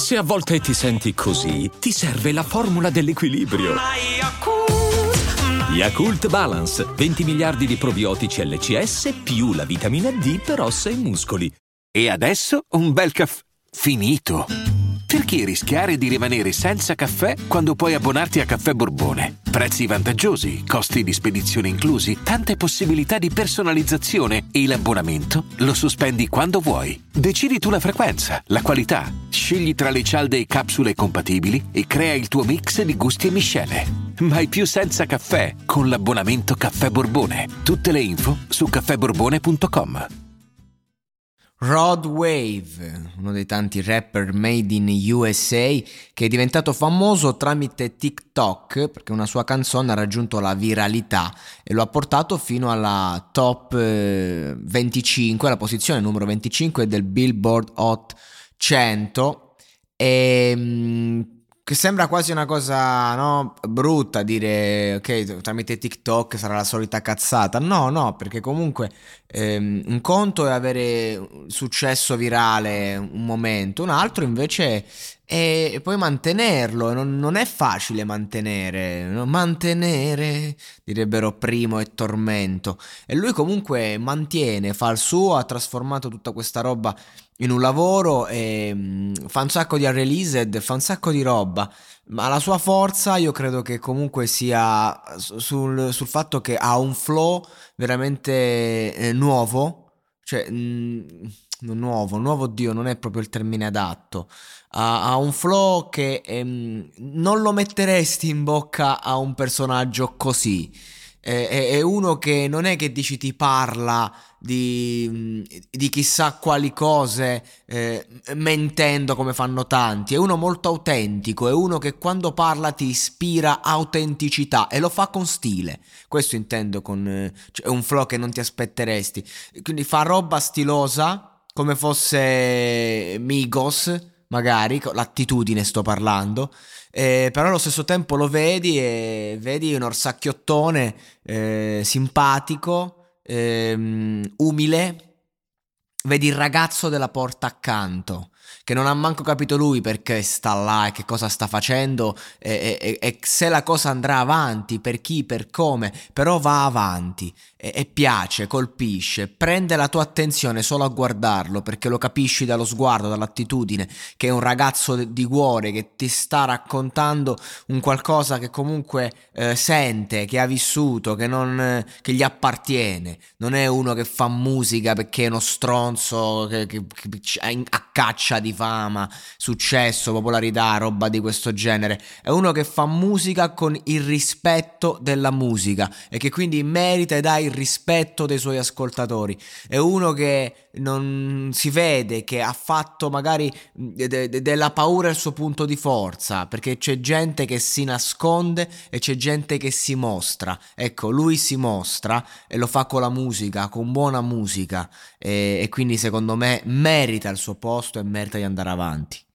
Se a volte ti senti così, ti serve la formula dell'equilibrio. Yakult Balance, 20 miliardi di probiotici LCS più la vitamina D per ossa e muscoli. E adesso un bel caffè finito. Perché rischiare di rimanere senza caffè quando puoi abbonarti a Caffè Borbone? Prezzi vantaggiosi, costi di spedizione inclusi, tante possibilità di personalizzazione e l'abbonamento lo sospendi quando vuoi. Decidi tu la frequenza, la qualità, scegli tra le cialde e capsule compatibili e crea il tuo mix di gusti e miscele. Mai più senza caffè con l'abbonamento Caffè Borbone. Tutte le info su caffèborbone.com. Rod Wave, uno dei tanti rapper made in USA che è diventato famoso tramite TikTok perché una sua canzone ha raggiunto la viralità e lo ha portato fino alla top 25, alla posizione numero 25 del Billboard Hot 100 che sembra quasi una cosa, no, brutta dire ok, tramite TikTok sarà la solita cazzata. No, perché comunque un conto è avere successo virale un momento, un altro invece è poi mantenerlo. Non è facile mantenere, no? Mantenere, direbbero Primo e Tormento. E lui comunque mantiene, fa il suo, ha trasformato tutta questa roba in un lavoro e fa un sacco di unreleased, fa un sacco di roba, ma la sua forza io credo che comunque sia sul fatto che ha un flow veramente nuovo, cioè nuovo, Dio, non è proprio il termine adatto. Ha un flow che non lo metteresti in bocca a un personaggio così. È uno che non è che dici ti parla di chissà quali cose mentendo come fanno tanti. È uno molto autentico, è uno che quando parla ti ispira autenticità e lo fa con stile. Questo intendo con cioè, un flow che non ti aspetteresti. Quindi fa roba stilosa come fosse Migos, magari, l'attitudine sto parlando, però allo stesso tempo lo vedi e vedi un orsacchiottone simpatico, umile, vedi il ragazzo della porta accanto che non ha manco capito lui perché sta là e che cosa sta facendo e se la cosa andrà avanti, per chi, per come, però va avanti e piace, colpisce, prende la tua attenzione solo a guardarlo perché lo capisci dallo sguardo, dall'attitudine, che è un ragazzo di cuore che ti sta raccontando un qualcosa che comunque sente, che ha vissuto, che gli appartiene. Non è uno che fa musica perché è uno stronzo che a caccia di fama, successo, popolarità, roba di questo genere. È uno che fa musica con il rispetto della musica e che quindi merita e dà il rispetto dei suoi ascoltatori. È uno che non si vede, che ha fatto magari della paura il suo punto di forza, perché c'è gente che si nasconde e c'è gente che si mostra. Ecco, lui si mostra e lo fa con la musica, con buona musica, e quindi secondo me merita il suo posto e merita di andare avanti.